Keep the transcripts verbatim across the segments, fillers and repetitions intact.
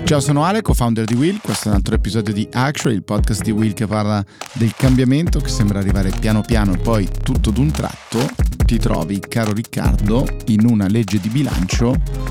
Ciao, sono Ale, co-founder di Will. Questo è un altro episodio di Actually, il podcast di Will che parla del cambiamento che sembra arrivare piano piano e poi tutto d'un tratto ti trovi, caro Riccardo, in una legge di bilancio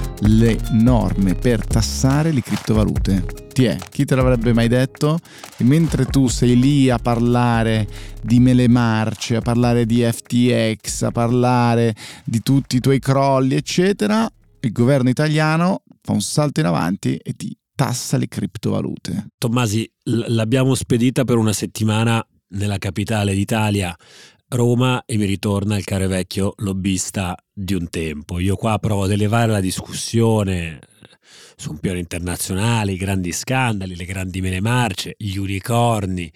le norme per tassare le criptovalute. Ti è, chi te l'avrebbe mai detto? E mentre tu sei lì a parlare di mele marce, a parlare di F T X, a parlare di tutti i tuoi crolli, eccetera, il governo italiano fa un salto in avanti e ti tassa le criptovalute. Tommasi, l- l'abbiamo spedita per una settimana nella capitale d'Italia, Roma, e mi ritorna il caro vecchio lobbista di un tempo. Io qua provo ad elevare la discussione su un piano internazionale, i grandi scandali, le grandi mele marce, gli unicorni,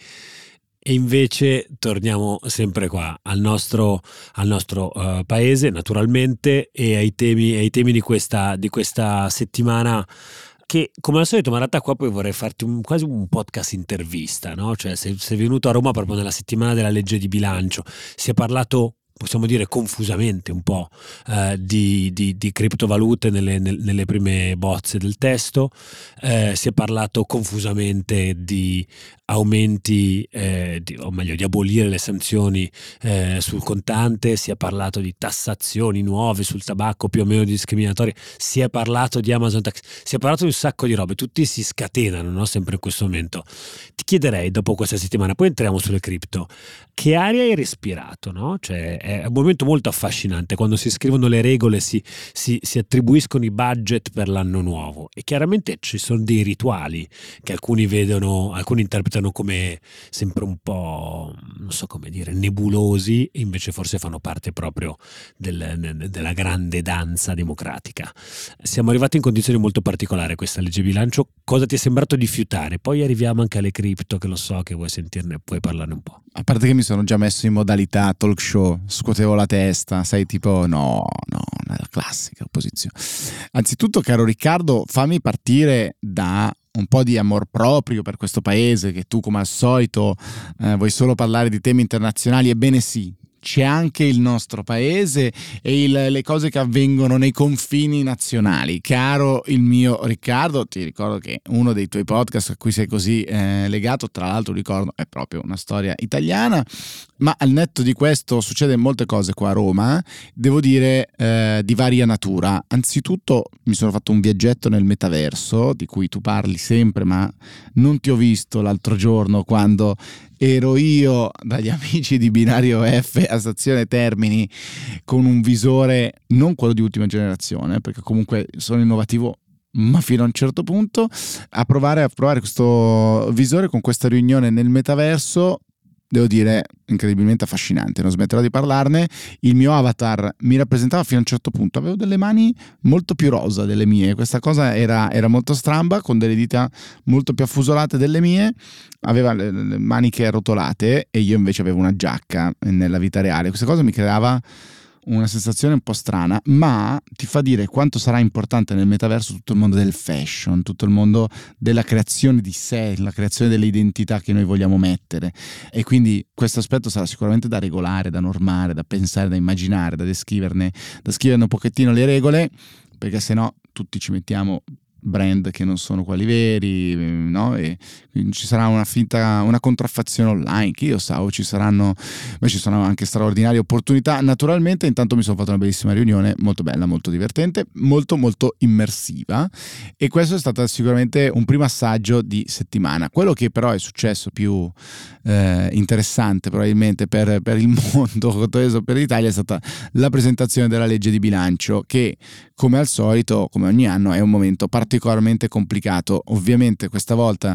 e invece torniamo sempre qua al nostro, al nostro uh, paese, naturalmente, e ai temi, ai temi di questa, di questa settimana, che come al solito, ma in realtà qua poi vorrei farti un, quasi un podcast intervista, no? Cioè sei, sei venuto a Roma proprio nella settimana della legge di bilancio, si è parlato, possiamo dire confusamente un po', eh, di, di, di criptovalute nelle, nel, nelle prime bozze del testo, eh, si è parlato confusamente di aumenti, eh, di, o meglio di abolire le sanzioni eh, sul contante, si è parlato di tassazioni nuove sul tabacco più o meno discriminatorie, si è parlato di Amazon Tax, si è parlato di un sacco di robe, tutti si scatenano, no? Sempre in questo momento. Ti chiederei, dopo questa settimana, poi entriamo sulle cripto, che aria hai respirato, no? Cioè è un momento molto affascinante quando si scrivono le regole, si, si, si attribuiscono i budget per l'anno nuovo, e chiaramente ci sono dei rituali che alcuni vedono, alcuni interpretano come sempre un po', non so come dire, nebulosi, e invece forse fanno parte proprio del, della grande danza democratica. Siamo arrivati in condizioni molto particolari questa legge bilancio. Cosa ti è sembrato di fiutare? Poi arriviamo anche alle cripto, che lo so che vuoi sentirne, puoi parlarne un po'. A parte che mi sono già messo in modalità talk show, scuotevo la testa, sai, tipo no, no, la classica opposizione. Anzitutto, caro Riccardo, fammi partire da un po' di amor proprio per questo paese, che tu come al solito eh, vuoi solo parlare di temi internazionali. Ebbene sì, c'è anche il nostro paese e il, le cose che avvengono nei confini nazionali. Caro il mio Riccardo, ti ricordo che uno dei tuoi podcast a cui sei così eh, legato, tra l'altro ricordo, è proprio una storia italiana. Ma al netto di questo succede molte cose qua a Roma, devo dire eh, di varia natura. Anzitutto mi sono fatto un viaggetto nel metaverso, di cui tu parli sempre, ma non ti ho visto l'altro giorno quando ero io dagli amici di Binario F a Stazione Termini con un visore, non quello di ultima generazione, perché comunque sono innovativo ma fino a un certo punto, a provare a provare questo visore con questa riunione nel metaverso. Devo dire, incredibilmente affascinante, non smetterò di parlarne. Il mio avatar mi rappresentava fino a un certo punto, avevo delle mani molto più rosa delle mie, questa cosa era, era molto stramba, con delle dita molto più affusolate delle mie, aveva le, le maniche arrotolate e io invece avevo una giacca nella vita reale. Questa cosa mi creava una sensazione un po' strana, ma ti fa dire quanto sarà importante nel metaverso tutto il mondo del fashion, tutto il mondo della creazione di sé, la creazione delle identità che noi vogliamo mettere, e quindi questo aspetto sarà sicuramente da regolare, da normare, da pensare, da immaginare, da descriverne, da scriverne un pochettino le regole, perché sennò tutti ci mettiamo brand che non sono quelli veri, no? E ci sarà una finta, una contraffazione online, che io sa, o ci saranno, ma ci sono anche straordinarie opportunità. Naturalmente, intanto mi sono fatto una bellissima riunione, molto bella, molto divertente, molto molto immersiva, e questo è stato sicuramente un primo assaggio di settimana. Quello che però è successo più eh, interessante probabilmente per, per il mondo, per l'Italia, è stata la presentazione della legge di bilancio, che come al solito, come ogni anno, è un momento particolarmente complicato. Ovviamente questa volta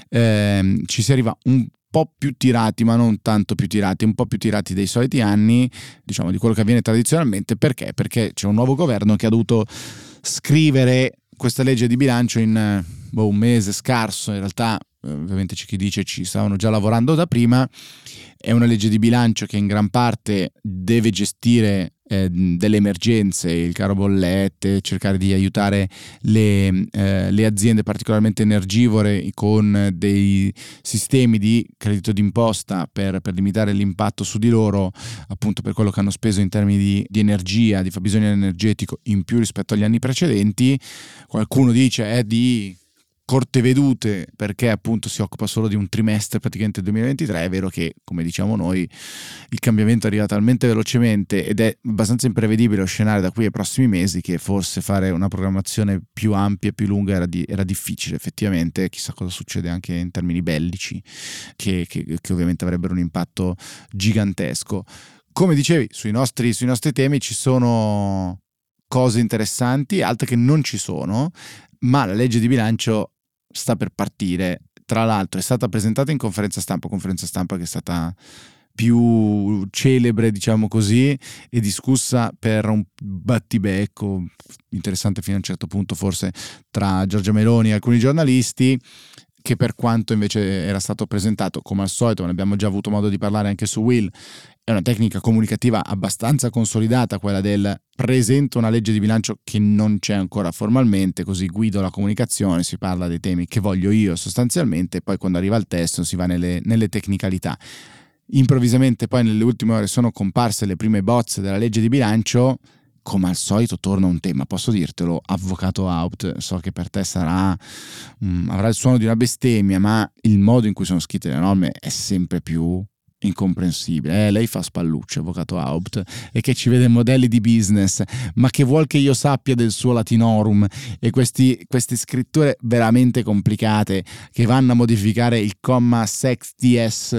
ehm, ci si arriva un po' più tirati, ma non tanto più tirati, un po' più tirati dei soliti anni, diciamo di quello che avviene tradizionalmente. Perché? Perché c'è un nuovo governo che ha dovuto scrivere questa legge di bilancio in boh, un mese scarso. In realtà ovviamente c'è chi dice ci stavano già lavorando da prima. È una legge di bilancio che in gran parte deve gestire eh, delle emergenze, il caro bollette, cercare di aiutare le, eh, le aziende particolarmente energivore con dei sistemi di credito d'imposta per, per limitare l'impatto su di loro, appunto per quello che hanno speso in termini di, di energia, di fabbisogno energetico in più rispetto agli anni precedenti. Qualcuno dice è di corte vedute perché appunto si occupa solo di un trimestre praticamente del duemilaventitré. È vero che, come diciamo noi, il cambiamento arriva talmente velocemente ed è abbastanza imprevedibile lo scenario da qui ai prossimi mesi che forse fare una programmazione più ampia e più lunga era, di, era difficile effettivamente. Chissà cosa succede anche in termini bellici che, che, che ovviamente avrebbero un impatto gigantesco. Come dicevi, sui nostri, sui nostri temi ci sono cose interessanti, altre che non ci sono, ma la legge di bilancio sta per partire. Tra l'altro è stata presentata in conferenza stampa, conferenza stampa che è stata più celebre, diciamo così, e discussa per un battibecco interessante fino a un certo punto forse tra Giorgia Meloni e alcuni giornalisti, che per quanto invece era stato presentato come al solito, ne abbiamo già avuto modo di parlare anche su Will, è una tecnica comunicativa abbastanza consolidata, quella del presento una legge di bilancio che non c'è ancora formalmente, così guido la comunicazione, si parla dei temi che voglio io sostanzialmente, e poi quando arriva il testo si va nelle, nelle tecnicalità. Improvvisamente poi nelle ultime ore sono comparse le prime bozze della legge di bilancio. Come al solito torna un tema, posso dirtelo, avvocato out, so che per te sarà um, avrà il suono di una bestemmia, ma il modo in cui sono scritte le norme è sempre più incomprensibile. Eh, lei fa spallucce, avvocato Haupt, e che ci vede modelli di business, ma che vuol che io sappia del suo latinorum, e questi, queste scritture veramente complicate che vanno a modificare il comma sexties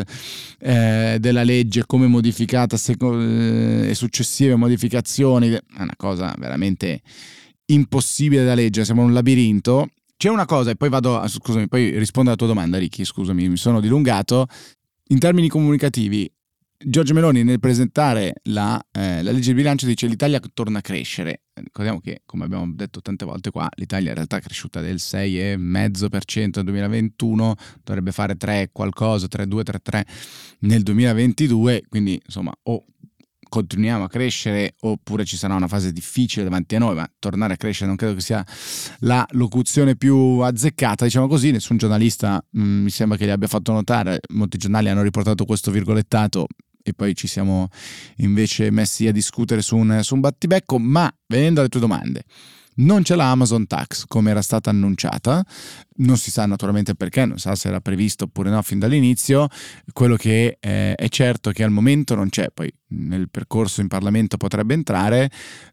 eh, della legge, come modificata seco- eh, e successive modificazioni, è una cosa veramente impossibile da leggere, sembra un labirinto. C'è una cosa, e poi vado a, scusami, poi rispondo alla tua domanda, Ricky, scusami, mi sono dilungato. In termini comunicativi, Giorgia Meloni nel presentare la, eh, la legge di bilancio dice l'Italia torna a crescere. Ricordiamo che, come abbiamo detto tante volte qua, l'Italia in realtà è cresciuta del sei virgola cinque per cento nel duemilaventuno, dovrebbe fare tre qualcosa, tre virgola due, tre virgola tre nel duemilaventidue, quindi insomma o continuiamo a crescere oppure ci sarà una fase difficile davanti a noi, ma tornare a crescere non credo che sia la locuzione più azzeccata, diciamo così. Nessun giornalista mh, mi sembra che li abbia fatto notare, molti giornali hanno riportato questo virgolettato e poi ci siamo invece messi a discutere su un, su un battibecco. Ma venendo alle tue domande, non c'è la Amazon Tax come era stata annunciata, non si sa naturalmente perché, non sa se era previsto oppure no fin dall'inizio. Quello che eh, è certo è che al momento non c'è, poi nel percorso in Parlamento potrebbe entrare.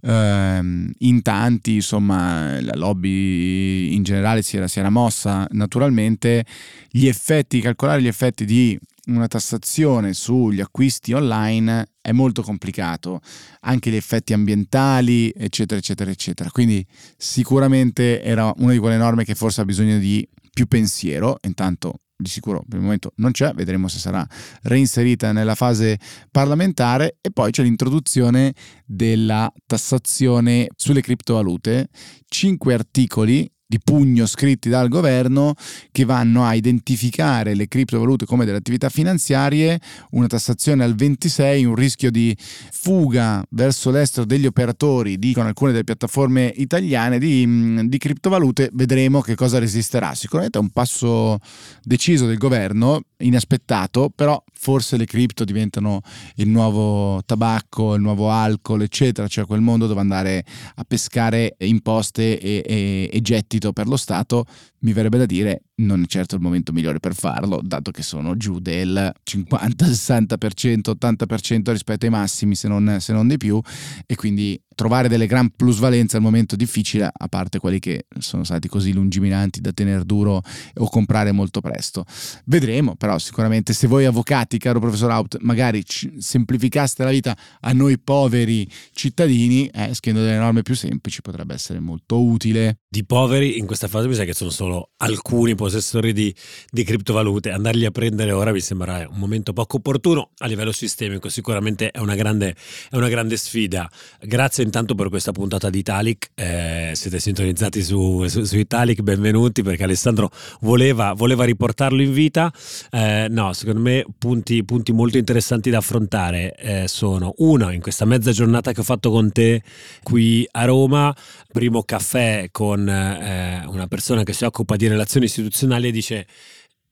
ehm, in tanti, insomma, la lobby in generale si era, si era mossa naturalmente. Gli effetti, calcolare gli effetti di una tassazione sugli acquisti online è molto complicato, anche gli effetti ambientali eccetera eccetera eccetera, quindi sicuramente era una di quelle norme che forse ha bisogno di più pensiero. Intanto di sicuro per il momento non c'è, vedremo se sarà reinserita nella fase parlamentare. E poi c'è l'introduzione della tassazione sulle criptovalute, cinque articoli di pugno scritti dal governo che vanno a identificare le criptovalute come delle attività finanziarie, una tassazione al ventisei, un rischio di fuga verso l'estero degli operatori, dicono alcune delle piattaforme italiane di, di criptovalute. Vedremo che cosa resisterà. Sicuramente è un passo deciso del governo, inaspettato, però forse le cripto diventano il nuovo tabacco, il nuovo alcol eccetera, cioè quel mondo dove andare a pescare imposte e, e, e gettito per lo Stato. Mi verrebbe da dire non è certo il momento migliore per farlo, dato che sono giù del cinquanta, sessanta per cento, ottanta per cento rispetto ai massimi, se non, se non di più, e quindi trovare delle gran plusvalenze al momento è difficile, a parte quelli che sono stati così lungimiranti da tenere duro o comprare molto presto. Vedremo, però sicuramente se voi avvocati, caro professor Haupt, magari semplificaste la vita a noi poveri cittadini, eh, scrivendo delle norme più semplici potrebbe essere molto utile. Di poveri in questa fase mi sa che sono solo alcuni possessori di, di criptovalute. Andarli a prendere ora mi sembra un momento poco opportuno a livello sistemico. Sicuramente è una grande, è una grande sfida. Grazie intanto per questa puntata di Italic. Eh, siete sintonizzati su, su, su Italic, benvenuti, perché Alessandro voleva, voleva riportarlo in vita. Eh, no, secondo me punti, punti molto interessanti da affrontare eh, sono: uno, in questa mezza giornata che ho fatto con te qui a Roma, primo caffè con eh, una persona che si occupa di relazioni istituzionali, e dice: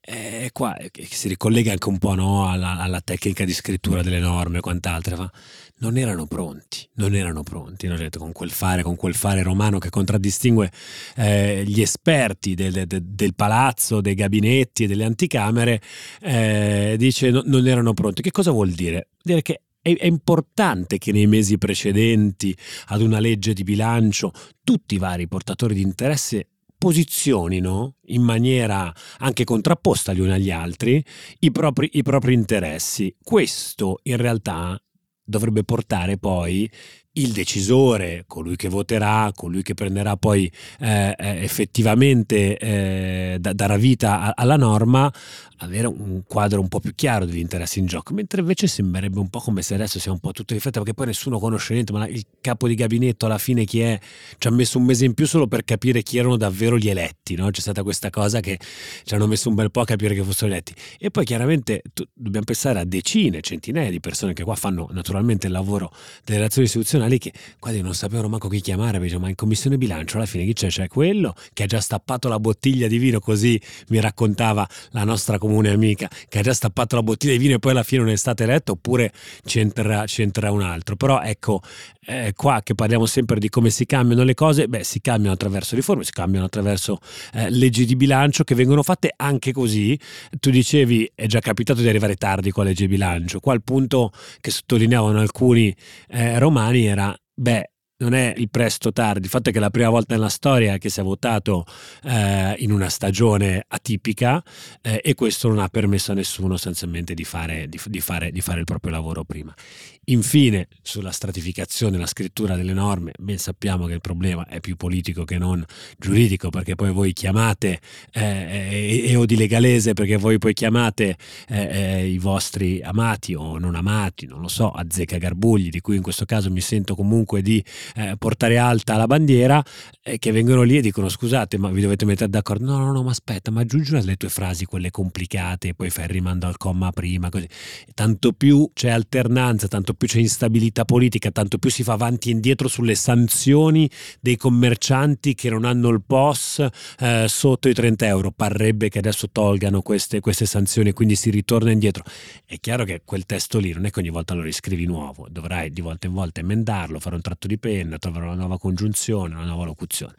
E qua che si ricollega anche un po', no, alla, alla tecnica di scrittura delle norme e quant'altro, ma non erano pronti, non erano pronti, no? Detto, con quel fare, con quel fare romano che contraddistingue eh, gli esperti del, del, del palazzo, dei gabinetti e delle anticamere, eh, dice no, non erano pronti. Che cosa vuol dire? Vuol dire che è, è importante che nei mesi precedenti ad una legge di bilancio tutti i vari portatori di interesse posizionino in maniera anche contrapposta gli uni agli altri i propri, i propri interessi. Questo in realtà dovrebbe portare poi il decisore, colui che voterà, colui che prenderà poi eh, effettivamente eh, da, darà vita a, alla norma, avere un quadro un po' più chiaro degli interessi in gioco, mentre invece sembrerebbe un po' come se adesso sia un po' tutto di fretta, perché poi nessuno conosce niente, ma il capo di gabinetto alla fine chi è? Ci ha messo un mese in più solo per capire chi erano davvero gli eletti, no? C'è stata questa cosa che ci hanno messo un bel po' a capire che fossero eletti, e poi chiaramente tu, dobbiamo pensare a decine, centinaia di persone che qua fanno naturalmente il lavoro delle relazioni istituzionali, che quasi non sapevano manco chi chiamare, perché, ma in commissione bilancio alla fine chi c'è? C'è quello che ha già stappato la bottiglia di vino, così mi raccontava la nostra comune amica, che ha già stappato la bottiglia di vino e poi alla fine non è stato eletto, oppure ci entrerà, ci entrerà un altro. Però ecco, eh, qua che parliamo sempre di come si cambiano le cose, beh, si cambiano attraverso riforme, si cambiano attraverso eh, leggi di bilancio che vengono fatte anche così. Tu dicevi è già capitato di arrivare tardi con la legge di bilancio, qua il punto che sottolineavano alcuni eh, romani era beh, non è il presto tardi, il fatto è che è la prima volta nella storia che si è votato eh, in una stagione atipica eh, e questo non ha permesso a nessuno sostanzialmente di fare, di, di, fare, di fare il proprio lavoro prima. Infine, sulla stratificazione, la scrittura delle norme, ben sappiamo che il problema è più politico che non giuridico, perché poi voi chiamate eh, e o di legalese, perché voi poi chiamate eh, eh, i vostri amati o non amati, non lo so, azzeccagarbugli, di cui in questo caso mi sento comunque di eh, portare alta la bandiera, eh, che vengono lì e dicono scusate ma vi dovete mettere d'accordo, no no no ma aspetta, ma aggiungi le tue frasi quelle complicate e poi fai il rimando al comma prima, così tanto più c'è alternanza, tanto più c'è instabilità politica, tanto più si fa avanti e indietro sulle sanzioni dei commercianti che non hanno il P O S eh, sotto i trenta euro. Parrebbe che adesso tolgano queste, queste sanzioni e quindi si ritorna indietro. È chiaro che quel testo lì non è che ogni volta lo riscrivi nuovo, dovrai di volta in volta emendarlo, fare un tratto di penna, trovare una nuova congiunzione, una nuova locuzione.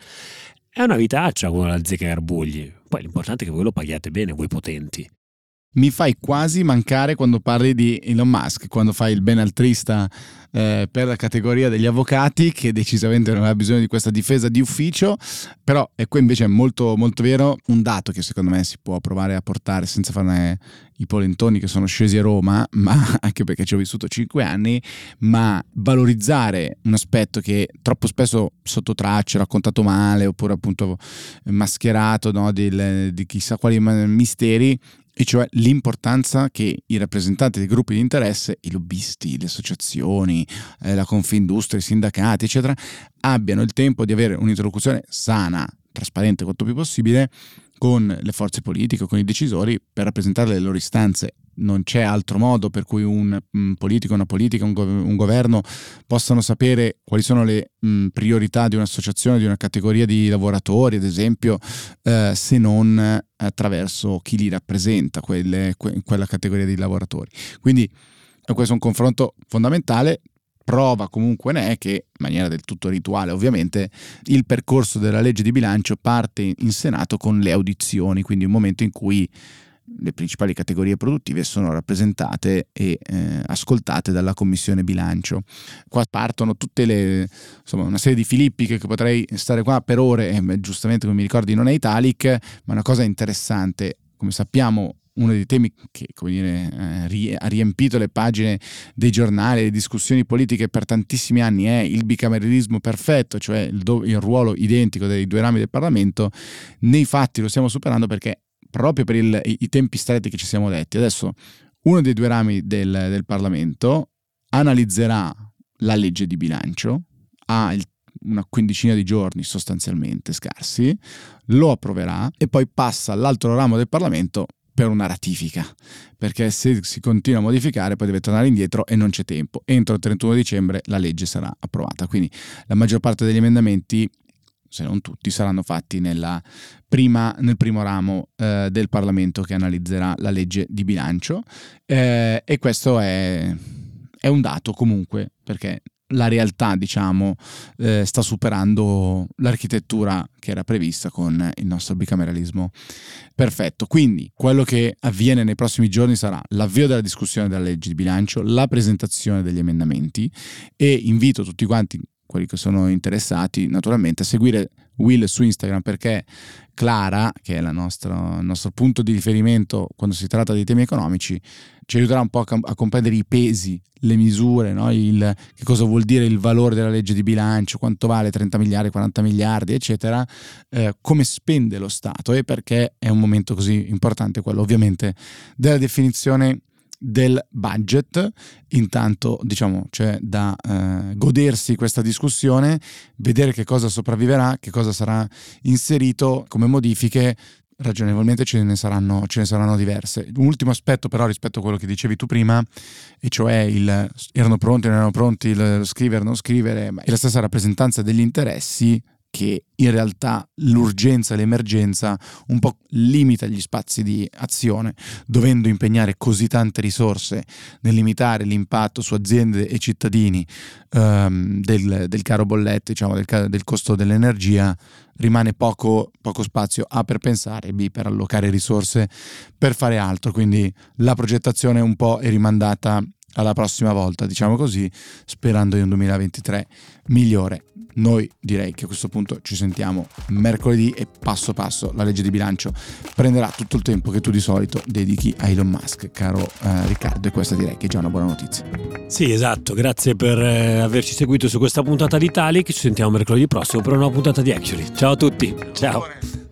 È una vitaccia con la azzeccagarbugli. Poi l'importante è che voi lo paghiate bene, voi potenti. Mi fai quasi mancare quando parli di Elon Musk, quando fai il benaltrista eh, per la categoria degli avvocati, che decisamente non aveva bisogno di questa difesa di ufficio, però e qui invece è molto, molto vero un dato che secondo me si può provare a portare senza fare i polentoni che sono scesi a Roma, ma anche perché ci ho vissuto cinque anni, ma valorizzare un aspetto che troppo spesso sotto traccia, raccontato male oppure appunto mascherato, no, di, di chissà quali misteri, e cioè l'importanza che i rappresentanti dei gruppi di interesse, i lobbisti, le associazioni, eh, la Confindustria, i sindacati, eccetera, abbiano il tempo di avere un'interlocuzione sana, trasparente quanto più possibile, con le forze politiche, con i decisori, per rappresentare le loro istanze. Non c'è altro modo per cui un, un politico, una politica, un, gov- un governo possano sapere quali sono le mh, priorità di un'associazione, di una categoria di lavoratori, ad esempio, eh, se non attraverso chi li rappresenta, quelle, que- quella categoria di lavoratori. Quindi questo è un confronto fondamentale. Prova comunque ne è che, in maniera del tutto rituale ovviamente, il percorso della legge di bilancio parte in Senato con le audizioni, quindi un momento in cui le principali categorie produttive sono rappresentate e eh, ascoltate dalla Commissione Bilancio. Qua partono tutte le, insomma, una serie di filippiche che potrei stare qua per ore, e giustamente come mi ricordi non è italic, ma una cosa interessante, come sappiamo uno dei temi che, come dire, eh, ha riempito le pagine dei giornali, le discussioni politiche per tantissimi anni è il bicameralismo perfetto, cioè il, do- il ruolo identico dei due rami del Parlamento. Nei fatti lo stiamo superando perché proprio per il, i, i tempi stretti che ci siamo detti. Adesso uno dei due rami del, del Parlamento analizzerà la legge di bilancio, ha il, una quindicina di giorni sostanzialmente scarsi, lo approverà e poi passa all'altro ramo del Parlamento per una ratifica, perché se si continua a modificare poi deve tornare indietro e non c'è tempo. Entro il trentuno dicembre la legge sarà approvata, quindi la maggior parte degli emendamenti se non tutti, saranno fatti nella prima, nel primo ramo eh, del Parlamento che analizzerà la legge di bilancio, eh, e questo è, è un dato comunque, perché la realtà, diciamo, eh, sta superando l'architettura che era prevista con il nostro bicameralismo perfetto. Quindi quello che avviene nei prossimi giorni sarà l'avvio della discussione della legge di bilancio, la presentazione degli emendamenti, e invito tutti quanti, quelli che sono interessati, naturalmente a seguire Will su Instagram, perché Clara, che è la nostra, il nostro punto di riferimento quando si tratta di temi economici, ci aiuterà un po' a, a comprendere i pesi, le misure, no? il, che cosa vuol dire il valore della legge di bilancio, quanto vale trenta miliardi, quaranta miliardi, eccetera, eh, come spende lo Stato, e perché è un momento così importante quello ovviamente della definizione del budget. Intanto, diciamo, c'è da eh, godersi questa discussione, vedere che cosa sopravviverà, che cosa sarà inserito come modifiche. Ragionevolmente ce ne saranno, ce ne saranno diverse. Un ultimo aspetto però rispetto a quello che dicevi tu prima, e cioè il erano pronti, non erano pronti, il scrivere, non scrivere, ma è la stessa rappresentanza degli interessi, che in realtà l'urgenza e l'emergenza un po' limita gli spazi di azione, dovendo impegnare così tante risorse nel limitare l'impatto su aziende e cittadini um, del, del caro bollette, diciamo, del, del costo dell'energia. Rimane poco, poco spazio A per pensare, B per allocare risorse per fare altro, quindi la progettazione un po' è rimandata alla prossima volta, diciamo così, sperando in un duemilaventitré migliore. Noi direi che a questo punto ci sentiamo mercoledì e passo passo la legge di bilancio prenderà tutto il tempo che tu di solito dedichi a Elon Musk, caro eh, Riccardo, e questa direi che è già una buona notizia. Sì, esatto, grazie per eh, averci seguito su questa puntata di Tali, che ci sentiamo mercoledì prossimo per una nuova puntata di Actually. Ciao a tutti, ciao.